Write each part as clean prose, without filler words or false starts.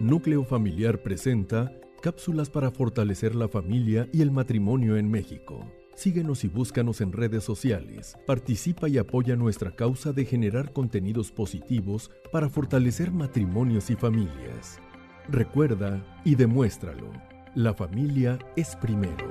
Núcleo Familiar presenta cápsulas para fortalecer la familia y el matrimonio en México. Síguenos y búscanos en redes sociales. Participa y apoya nuestra causa de generar contenidos positivos para fortalecer matrimonios y familias. Recuerda y demuéstralo. La familia es primero.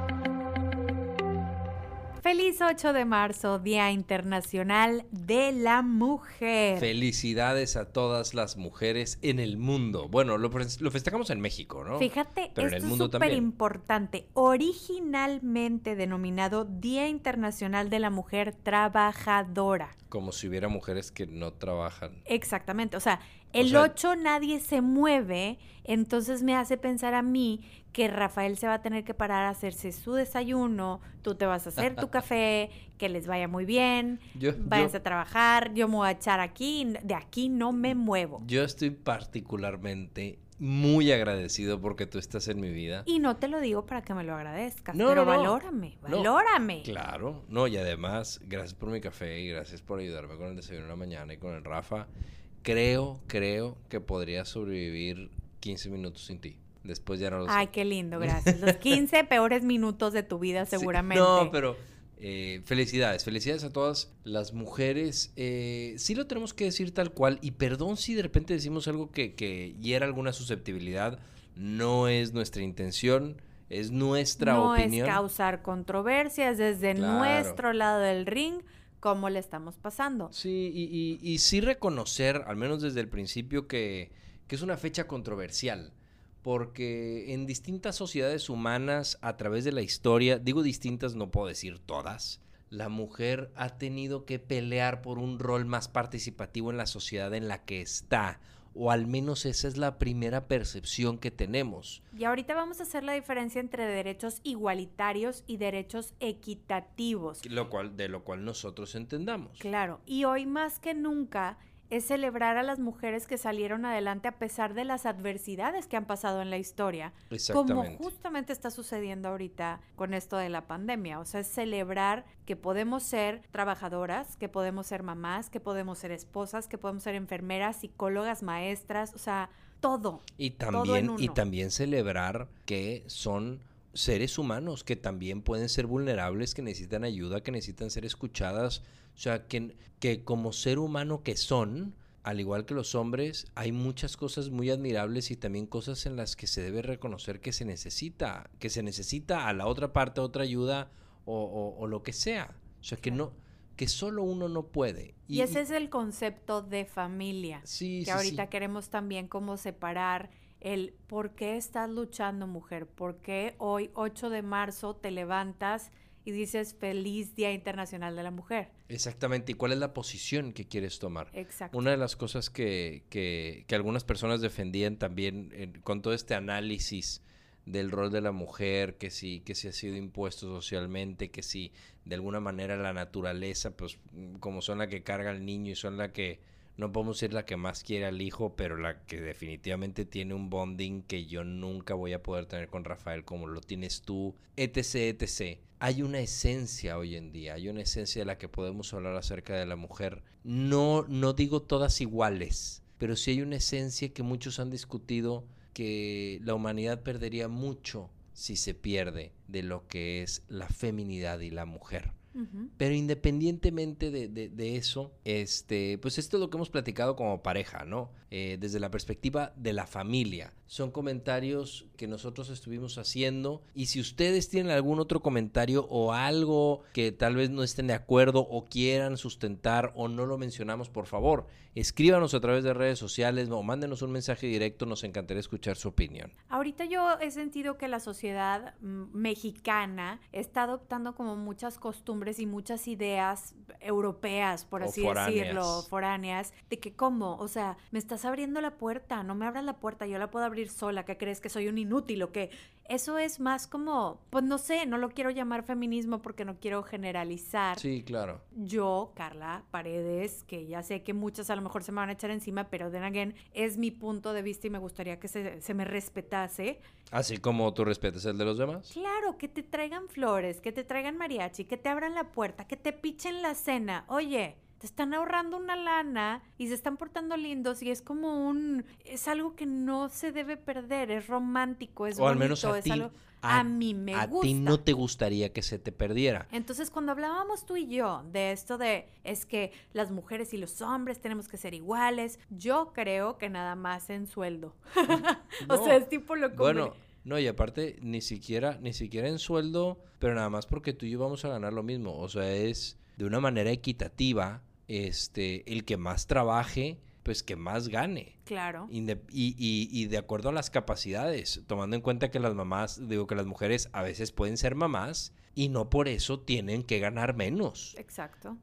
Feliz 8 de marzo, Día Internacional de la Mujer. Felicidades a todas las mujeres en el mundo. Bueno, lo festejamos en México, ¿no? Fíjate, pero esto en el mundo es súper también. importante. Originalmente denominado Día Internacional de la Mujer Trabajadora. Como si hubiera mujeres que no trabajan. Exactamente, o sea, el 8 nadie se mueve, entonces me hace pensar a mí que Rafael se va a tener que parar a hacerse su desayuno, tú te vas a hacer tu café, que les vaya muy bien, vayas a trabajar, yo me voy a echar aquí, de aquí no me muevo. Yo estoy particularmente muy agradecido porque tú estás en mi vida. Y no te lo digo para que me lo agradezcas, No, pero no, no. valórame. Claro, no, y además, gracias por mi café y gracias por ayudarme con el desayuno de la mañana y con el Rafa. Creo que podría sobrevivir 15 minutos sin ti. Después ya no lo sé. Ay, qué lindo, gracias. Los 15 peores minutos de tu vida seguramente. Sí, no, pero felicidades a todas las mujeres. Sí lo tenemos que decir tal cual. Y perdón si de repente decimos algo que hiera alguna susceptibilidad. No es nuestra intención, es nuestra opinión. No es causar controversias desde nuestro lado del ring. ¿Cómo le estamos pasando? Sí, y sí reconocer, al menos desde el principio, que es una fecha controversial. Porque en distintas sociedades humanas, a través de la historia, digo distintas, no puedo decir todas, la mujer ha tenido que pelear por un rol más participativo en la sociedad en la que está. O al menos esa es la primera percepción que tenemos. Y ahorita vamos a hacer la diferencia entre derechos igualitarios y derechos equitativos. De lo cual nosotros entendamos. Claro, y hoy más que nunca es celebrar a las mujeres que salieron adelante a pesar de las adversidades que han pasado en la historia. Exactamente. Como justamente está sucediendo ahorita con esto de la pandemia. O sea, es celebrar que podemos ser trabajadoras, que podemos ser mamás, que podemos ser esposas, que podemos ser enfermeras, psicólogas, maestras, o sea, todo. Todo en uno. Y también celebrar que son seres humanos que también pueden ser vulnerables, que necesitan ayuda, que necesitan ser escuchadas. O sea, que como ser humano que son, al igual que los hombres, hay muchas cosas muy admirables y también cosas en las que se debe reconocer que se necesita a la otra parte otra ayuda o lo que sea. O sea, que solo uno no puede. Y ese es el concepto de familia. Que ahorita queremos también como separar el por qué estás luchando, mujer, por qué hoy 8 de marzo te levantas y dices feliz Día Internacional de la Mujer. Exactamente, ¿y cuál es la posición que quieres tomar? Exacto. Una de las cosas que algunas personas defendían también con todo este análisis del rol de la mujer, que sí ha sido impuesto socialmente, que sí de alguna manera la naturaleza, pues como son la que carga al niño y son la que no podemos ser la que más quiere al hijo, pero la que definitivamente tiene un bonding que yo nunca voy a poder tener con Rafael como lo tienes tú, etc. Hay una esencia hoy en día, hay una esencia de la que podemos hablar acerca de la mujer. No digo todas iguales, pero sí hay una esencia que muchos han discutido que la humanidad perdería mucho si se pierde de lo que es la feminidad y la mujer. Uh-huh. Pero independientemente de eso, pues esto es lo que hemos platicado como pareja, ¿no? Desde la perspectiva de la familia. Son comentarios que nosotros estuvimos haciendo y si ustedes tienen algún otro comentario o algo que tal vez no estén de acuerdo o quieran sustentar o no lo mencionamos, por favor, escríbanos a través de redes sociales o mándenos un mensaje directo, nos encantaría escuchar su opinión. Ahorita yo he sentido que la sociedad mexicana está adoptando como muchas costumbres y muchas ideas europeas, por así decirlo, foráneas, de que ¿cómo? O sea, me estás abriendo la puerta, no me abras la puerta, yo la puedo abrir sola, ¿qué crees? ¿Que soy un inútil o qué? Eso es más como, pues no sé, no lo quiero llamar feminismo porque no quiero generalizar. Sí, claro. Yo, Carla Paredes, que ya sé que muchas a lo mejor se me van a echar encima, pero then again, es mi punto de vista y me gustaría que se me respetase. Así como tú respetas el de los demás. Claro, que te traigan flores, que te traigan mariachi, que te abran la puerta, que te pichen la cena. Oye, te están ahorrando una lana y se están portando lindos y es como es algo que no se debe perder, es romántico, es bonito, al menos a ti, algo, a mí me gusta. A ti no te gustaría que se te perdiera. Entonces, cuando hablábamos tú y yo de esto es que las mujeres y los hombres tenemos que ser iguales, yo creo que nada más en sueldo. No, o sea, es tipo lo común. Bueno, no, y aparte, ni siquiera en sueldo, pero nada más porque tú y yo vamos a ganar lo mismo. O sea, es de una manera equitativa, el que más trabaje, pues que más gane. Claro. Y de acuerdo a las capacidades, tomando en cuenta que las mujeres a veces pueden ser mamás y no por eso tienen que ganar menos. Exacto.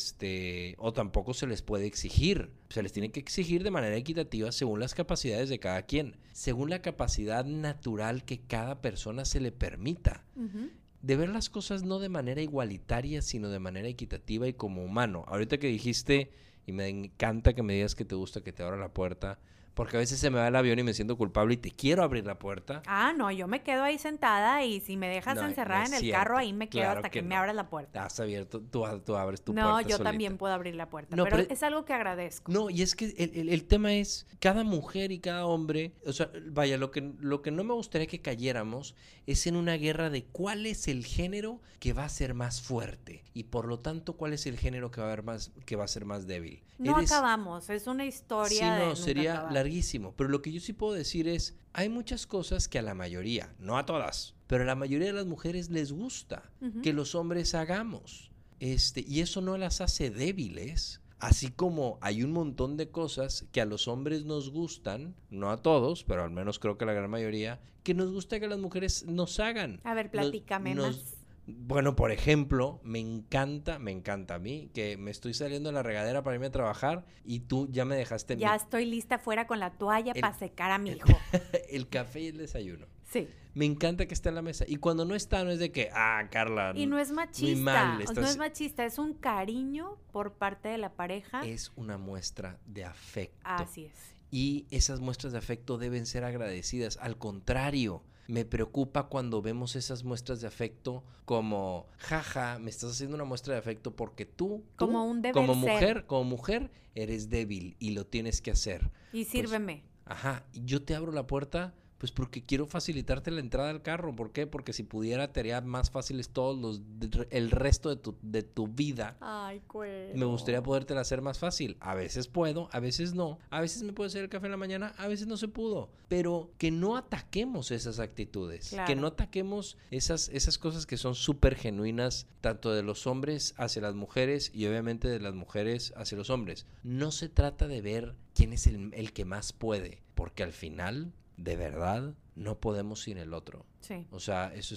O tampoco se les puede exigir. Se les tiene que exigir de manera equitativa según las capacidades de cada quien, según la capacidad natural que cada persona se le permita. Uh-huh. De ver las cosas no de manera igualitaria, sino de manera equitativa y como humano. Ahorita que dijiste, y me encanta que me digas que te gusta que te abra la puerta, porque a veces se me va el avión y me siento culpable y te quiero abrir la puerta. Ah, no, yo me quedo ahí sentada y si me dejas encerrada en el carro, ahí me quedo hasta que me abras la puerta. Has abierto, tú abres tu puerta No, yo solita. También puedo abrir la puerta, pero es algo que agradezco. No, y es que el tema es, cada mujer y cada hombre, o sea, vaya, lo que no me gustaría que cayéramos es en una guerra de cuál es el género que va a ser más fuerte y por lo tanto cuál es el género que va a ser más débil. No acabamos, es una historia. Sí, no, sería acabar. Larguísimo, pero lo que yo sí puedo decir es, hay muchas cosas que a la mayoría, no a todas, pero a la mayoría de las mujeres les gusta que los hombres hagamos, y eso no las hace débiles. Así como hay un montón de cosas que a los hombres nos gustan, no a todos, pero al menos creo que a la gran mayoría, que nos gusta que las mujeres nos hagan. A ver, platícame más. Bueno, por ejemplo, me encanta a mí que me estoy saliendo de la regadera para irme a trabajar y tú ya me dejaste... Ya estoy lista fuera con la toalla para secar a mi hijo. El café y el desayuno. Sí. Me encanta que esté en la mesa. Y cuando no está, no es de que, Carla... Y no es machista. Muy mal, no es machista, es un cariño por parte de la pareja. Es una muestra de afecto. Así es. Y esas muestras de afecto deben ser agradecidas. Al contrario, me preocupa cuando vemos esas muestras de afecto como, jaja, me estás haciendo una muestra de afecto porque tú como un deber como mujer, eres débil y lo tienes que hacer. Y sírveme. Pues, yo te abro la puerta pues porque quiero facilitarte la entrada al carro. ¿Por qué? Porque si pudiera te haría más fáciles el resto de tu vida. Ay, cuero. Me gustaría podértela hacer más fácil. A veces puedo, a veces no. A veces me puedo hacer el café en la mañana, a veces no se pudo. Pero que no ataquemos esas actitudes. Claro. Que no ataquemos esas cosas que son súper genuinas, tanto de los hombres hacia las mujeres y obviamente de las mujeres hacia los hombres. No se trata de ver quién es el que más puede, porque al final... De verdad, no podemos sin el otro. Sí. O sea, eso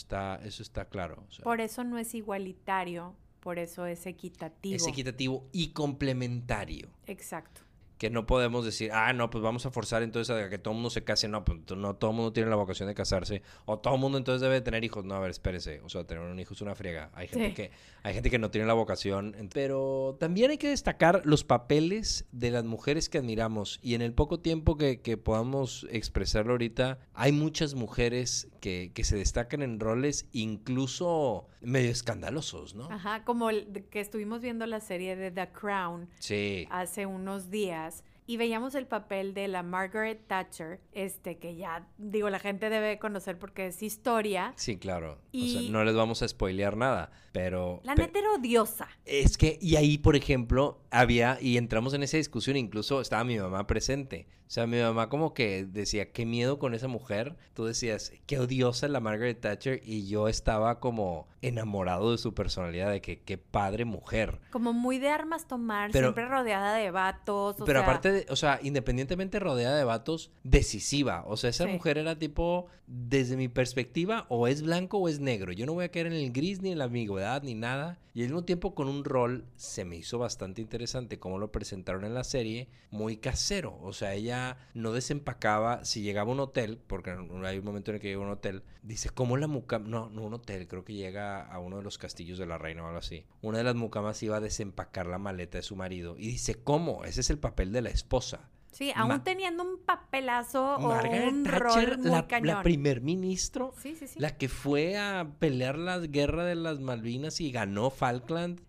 está claro. O sea, por eso no es igualitario, por eso es equitativo. Es equitativo y complementario. Exacto. Que no podemos decir, no, pues vamos a forzar entonces a que todo el mundo se case. No, pues no todo el mundo tiene la vocación de casarse. O todo el mundo entonces debe tener hijos. No, a ver, espérese. O sea, tener un hijo es una friega. Hay gente que no tiene la vocación. Pero también hay que destacar los papeles de las mujeres que admiramos. Y en el poco tiempo que podamos expresarlo ahorita, hay muchas mujeres que se destacan en roles incluso medio escandalosos, ¿no? Ajá, como que estuvimos viendo la serie de The Crown hace unos días. Y veíamos el papel de la Margaret Thatcher, que ya, digo, la gente debe conocer porque es historia. Sí, claro. O sea, no les vamos a spoilear nada, pero... La neta era odiosa. Es que, y ahí, por ejemplo, y entramos en esa discusión, incluso estaba mi mamá presente. O sea, mi mamá como que decía, qué miedo con esa mujer. Tú decías, qué odiosa es la Margaret Thatcher. Y yo estaba como enamorado de su personalidad, de que qué padre mujer. Como muy de armas tomar, siempre rodeada de vatos. Pero aparte, independientemente rodeada de vatos, decisiva. O sea, esa mujer era tipo, desde mi perspectiva, o es blanco o es negro. Yo no voy a caer en el gris, ni en la ambigüedad, ni nada. Y al mismo tiempo con un rol, se me hizo bastante interesante cómo lo presentaron en la serie, muy casero. O sea, ella no desempacaba, si llegaba a un hotel, porque hay un momento en el que llega a un hotel, dice, ¿cómo la mucama? No un hotel, creo que llega a uno de los castillos de la reina o algo así. Una de las mucamas iba a desempacar la maleta de su marido y dice, ¿cómo? Ese es el papel de la esposa. Sí, aún teniendo un papelazo Margaret o un Thatcher, rol muy cañón. La primer ministro, sí. la que fue a pelear la guerra de las Malvinas y ganó Falkland,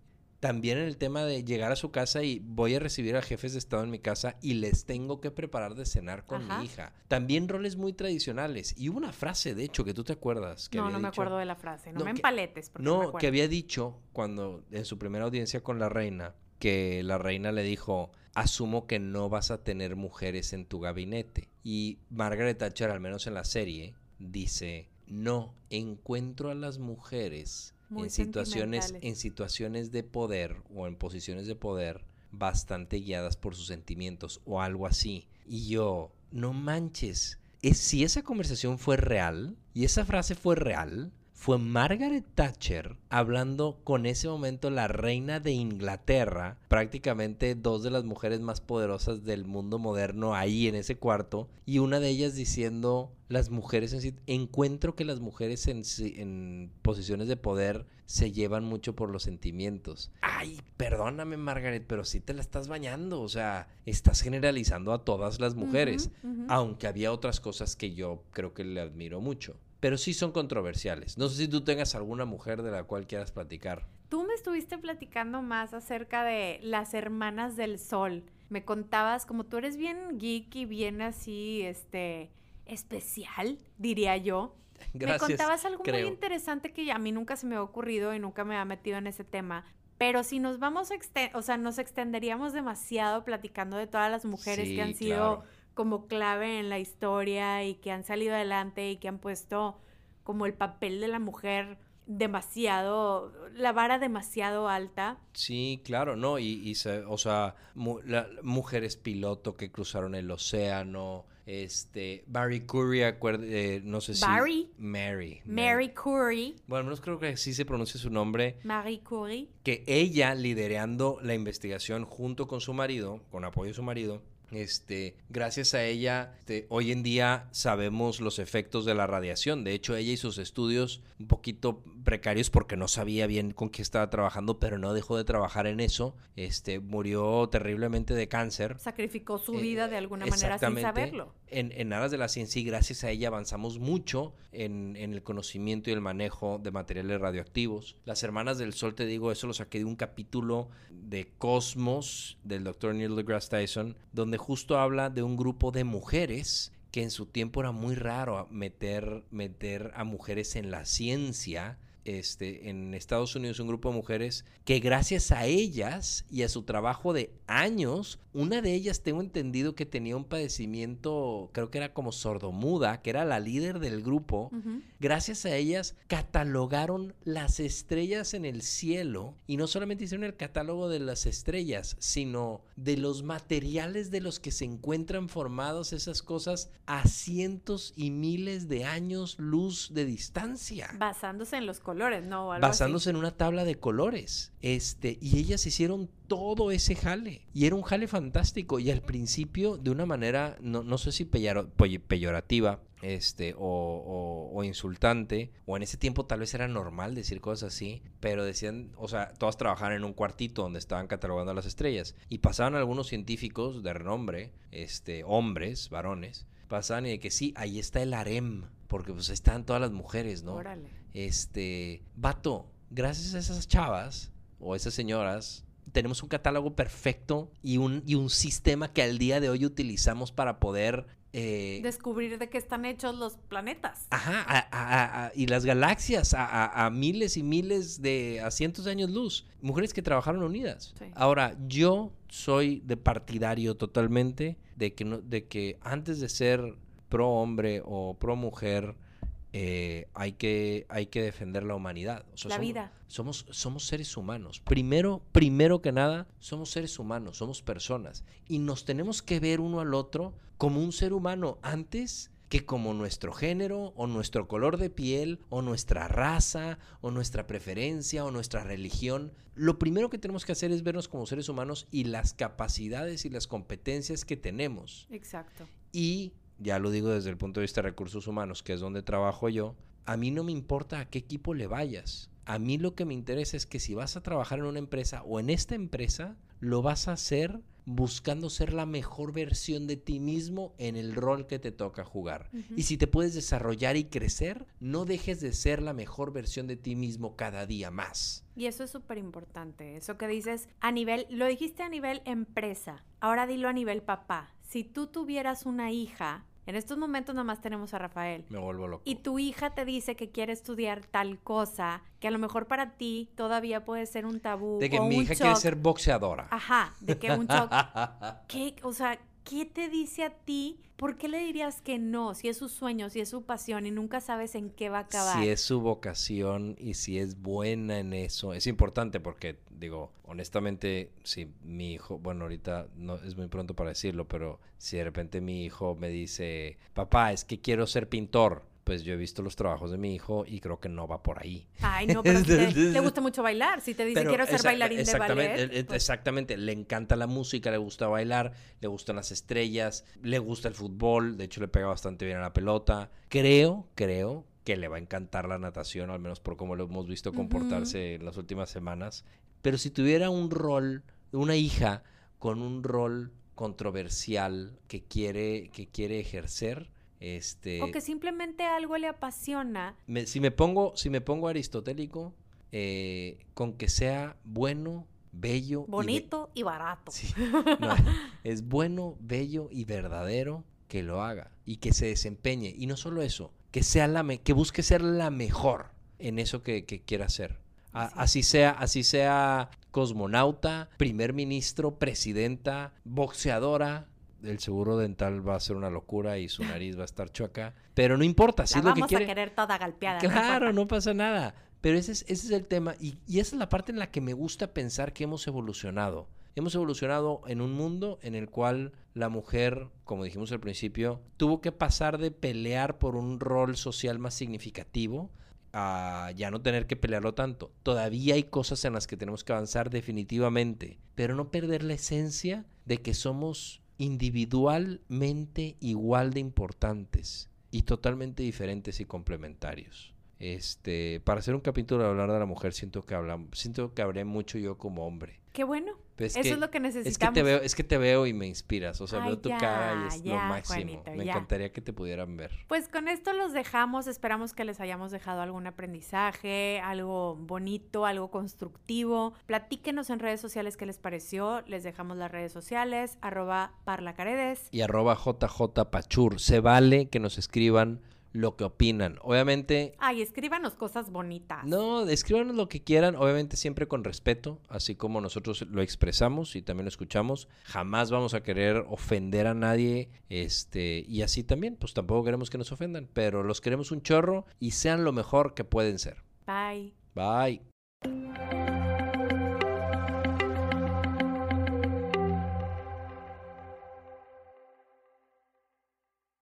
También en el tema de llegar a su casa y voy a recibir a jefes de estado en mi casa y les tengo que preparar de cenar con mi hija. También roles muy tradicionales. Y hubo una frase, de hecho, que tú te acuerdas. Que no me acuerdo de la frase. No me empaletes. No, que había dicho cuando en su primera audiencia con la reina, que la reina le dijo, asumo que no vas a tener mujeres en tu gabinete. Y Margaret Thatcher, al menos en la serie, dice, no, encuentro a las mujeres en situaciones de poder o en posiciones de poder bastante guiadas por sus sentimientos o algo así. Y yo, no manches, si esa conversación fue real y esa frase fue real, fue Margaret Thatcher hablando con ese momento la reina de Inglaterra, prácticamente dos de las mujeres más poderosas del mundo moderno ahí en ese cuarto, y una de ellas diciendo, encuentro que las mujeres en posiciones de poder se llevan mucho por los sentimientos. Ay, perdóname Margaret, pero sí te la estás bañando, o sea, estás generalizando a todas las mujeres, aunque había otras cosas que yo creo que le admiro mucho. Pero sí son controversiales. No sé si tú tengas alguna mujer de la cual quieras platicar. Tú me estuviste platicando más acerca de las hermanas del sol. Me contabas, como tú eres bien geek y bien así, especial, diría yo. Gracias, me contabas algo muy interesante que a mí nunca se me ha ocurrido y nunca me ha metido en ese tema. Pero si nos vamos nos extenderíamos demasiado platicando de todas las mujeres que han sido como clave en la historia y que han salido adelante y que han puesto como el papel de la mujer la vara demasiado alta. Sí, claro, ¿no? Mujeres piloto que cruzaron el océano, Marie Curie, no sé si... Marie Curie. Bueno, al menos creo que así se pronuncia su nombre. Marie Curie. Que ella liderando la investigación junto con su marido, con apoyo de su marido, gracias a ella, hoy en día sabemos los efectos de la radiación. De hecho, ella y sus estudios un poquito precarios porque no sabía bien con qué estaba trabajando, pero no dejó de trabajar en eso. Murió terriblemente de cáncer. Sacrificó su vida de alguna manera sin saberlo. En aras de la ciencia, y gracias a ella avanzamos mucho en el conocimiento y el manejo de materiales radioactivos. Las Hermanas del Sol, te digo, eso lo saqué de un capítulo de Cosmos del Dr. Neil deGrasse Tyson, donde justo habla de un grupo de mujeres que en su tiempo era muy raro meter a mujeres en la ciencia. En Estados Unidos, un grupo de mujeres que gracias a ellas y a su trabajo de años, una de ellas tengo entendido que tenía un padecimiento, creo que era como sordomuda, que era la líder del grupo. Gracias a ellas catalogaron las estrellas en el cielo, y no solamente hicieron el catálogo de las estrellas, sino de los materiales de los que se encuentran formados esas cosas a cientos y miles de años luz de distancia. Basándose en los colores, ¿no? Basándose en una tabla de colores. Y ellas hicieron todo ese jale. Y era un jale fantástico. Y al principio, de una manera, no sé si peyorativa, o insultante, o en ese tiempo tal vez era normal decir cosas así, pero decían, o sea, todas trabajaban en un cuartito donde estaban catalogando las estrellas. Y pasaban algunos científicos de renombre, hombres, varones, pasaban y de que sí, ahí está el harem, porque pues están todas las mujeres, ¿no? Órale. Vato, gracias a esas chavas o esas señoras, tenemos un catálogo perfecto y un sistema que al día de hoy utilizamos para poder descubrir de qué están hechos los planetas. Ajá, y las galaxias a miles y miles a cientos de años luz. Mujeres que trabajaron unidas. Sí. Ahora, yo soy de partidario totalmente de que antes de ser pro hombre o pro mujer, hay que defender la humanidad. O sea, la vida. Somos seres humanos. Primero que nada, somos seres humanos, somos personas. Y nos tenemos que ver uno al otro como un ser humano antes que como nuestro género o nuestro color de piel o nuestra raza o nuestra preferencia o nuestra religión. Lo primero que tenemos que hacer es vernos como seres humanos y las capacidades y las competencias que tenemos. Exacto. Y ya lo digo desde el punto de vista de recursos humanos, que es donde trabajo yo, a mí no me importa a qué equipo le vayas. A mí lo que me interesa es que si vas a trabajar en una empresa o en esta empresa, lo vas a hacer buscando ser la mejor versión de ti mismo en el rol que te toca jugar. Y si te puedes desarrollar y crecer, no dejes de ser la mejor versión de ti mismo cada día más. Y eso es súper importante, eso que dices a nivel, lo dijiste a nivel empresa, ahora dilo a nivel papá. Si tú tuvieras una hija, en estos momentos nomás tenemos a Rafael. Me vuelvo loco. Y tu hija te dice que quiere estudiar tal cosa, que a lo mejor para ti todavía puede ser un tabú. De que o mi un hija shock. quiere ser boxeadora. Ajá, de que un shock. ¿Qué te dice a ti? ¿Por qué le dirías que no? Si es su sueño, si es su pasión y nunca sabes en qué va a acabar. Si es su vocación y si es buena en eso. Es importante porque, digo, honestamente, si mi hijo, bueno, ahorita no es muy pronto para decirlo, pero si de repente mi hijo me dice, papá, es que quiero ser pintor, pues yo he visto los trabajos de mi hijo y creo que no va por ahí. Ay, no, pero si le gusta mucho bailar. Si te dice quiero ser bailarín de ballet. Pues... Exactamente, le encanta la música, le gusta bailar, le gustan las estrellas, le gusta el fútbol, de hecho le pega bastante bien a la pelota. Creo que le va a encantar la natación, al menos por cómo lo hemos visto comportarse en las últimas semanas. Pero si tuviera un rol, una hija con un rol controversial que quiere ejercer... O que simplemente algo le apasiona. Si me pongo aristotélico, con que sea bueno, bello... bonito y barato. Sí, no, es bueno, bello y verdadero que lo haga y que se desempeñe. Y no solo eso, que busque ser la mejor en eso que quiera hacer. Así sea cosmonauta, primer ministro, presidenta, boxeadora... El seguro dental va a ser una locura y su nariz va a estar chueca. Pero no importa, si es lo que quiere. Vamos a querer toda galpeada. Claro, no pasa nada. Pero ese es el tema. Y esa es la parte en la que me gusta pensar que hemos evolucionado. Hemos evolucionado en un mundo en el cual la mujer, como dijimos al principio, tuvo que pasar de pelear por un rol social más significativo a ya no tener que pelearlo tanto. Todavía hay cosas en las que tenemos que avanzar definitivamente, pero no perder la esencia de que somos... individualmente igual de importantes y totalmente diferentes y complementarios. Para hacer un capítulo de hablar de la mujer siento que hablé mucho yo como hombre. Qué bueno. Eso es lo que necesitamos. Es que te veo y me inspiras. O sea, veo tu cara y es lo máximo. Juanito, me encantaría que te pudieran ver. Pues con esto los dejamos. Esperamos que les hayamos dejado algún aprendizaje, algo bonito, algo constructivo. Platíquenos en redes sociales qué les pareció. Les dejamos las redes sociales, @parlacaredes y @JJPachur. Se vale que nos escriban lo que opinan. Obviamente... escríbanos cosas bonitas. No, escríbanos lo que quieran, obviamente siempre con respeto, así como nosotros lo expresamos y también lo escuchamos. Jamás vamos a querer ofender a nadie, y así también, pues tampoco queremos que nos ofendan, pero los queremos un chorro y sean lo mejor que pueden ser. Bye. Bye.